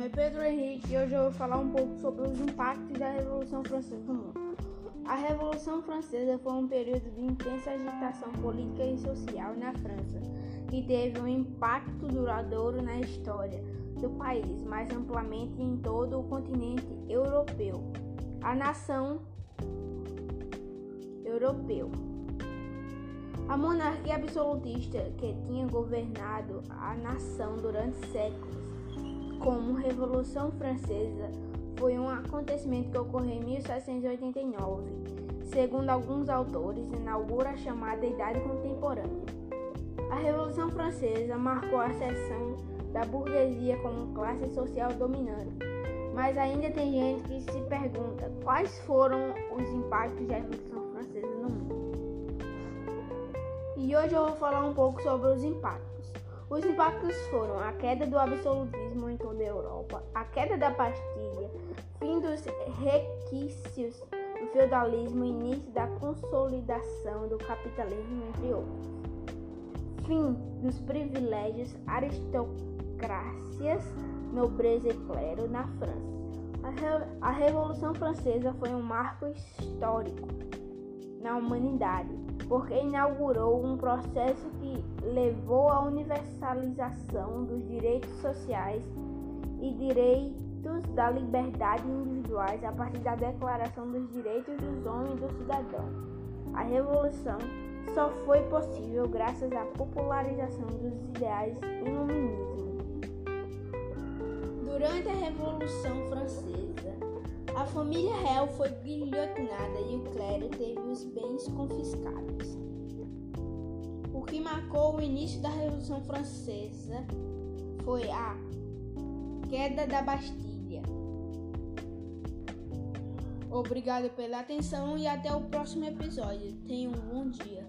nome é Pedro Henrique e hoje eu vou falar um pouco sobre os impactos da Revolução Francesa no mundo. A Revolução Francesa foi um período de intensa agitação política e social na França, que teve um impacto duradouro na história do país, mais amplamente em todo o continente europeu. A nação europeu. A monarquia absolutista que tinha governado a nação durante séculos, como a Revolução Francesa, foi um acontecimento que ocorreu em 1789. Segundo alguns autores, inaugura a chamada Idade Contemporânea. A Revolução Francesa marcou a ascensão da burguesia como classe social dominante, mas ainda tem gente que se pergunta quais foram os impactos da Revolução Francesa no mundo. E hoje eu vou falar um pouco sobre os impactos. Os impactos foram a queda do absolutismo em toda a Europa, a queda da Bastilha, fim dos resquícios do feudalismo e início da consolidação do capitalismo, entre outros. Fim dos privilégios, aristocrácias, nobreza e clero na França. A Revolução Francesa foi um marco histórico na humanidade, porque inaugurou um processo que levou à universalização dos direitos sociais e direitos da liberdade individuais a partir da Declaração dos Direitos dos Homens e do Cidadão. A Revolução só foi possível graças à popularização dos ideais iluministas. Durante a Revolução Francesa, a família real foi guilhotinada e o clero teve os bens confiscados. O que marcou o início da Revolução Francesa foi a queda da Bastilha. Obrigado pela atenção e até o próximo episódio. Tenha um bom dia.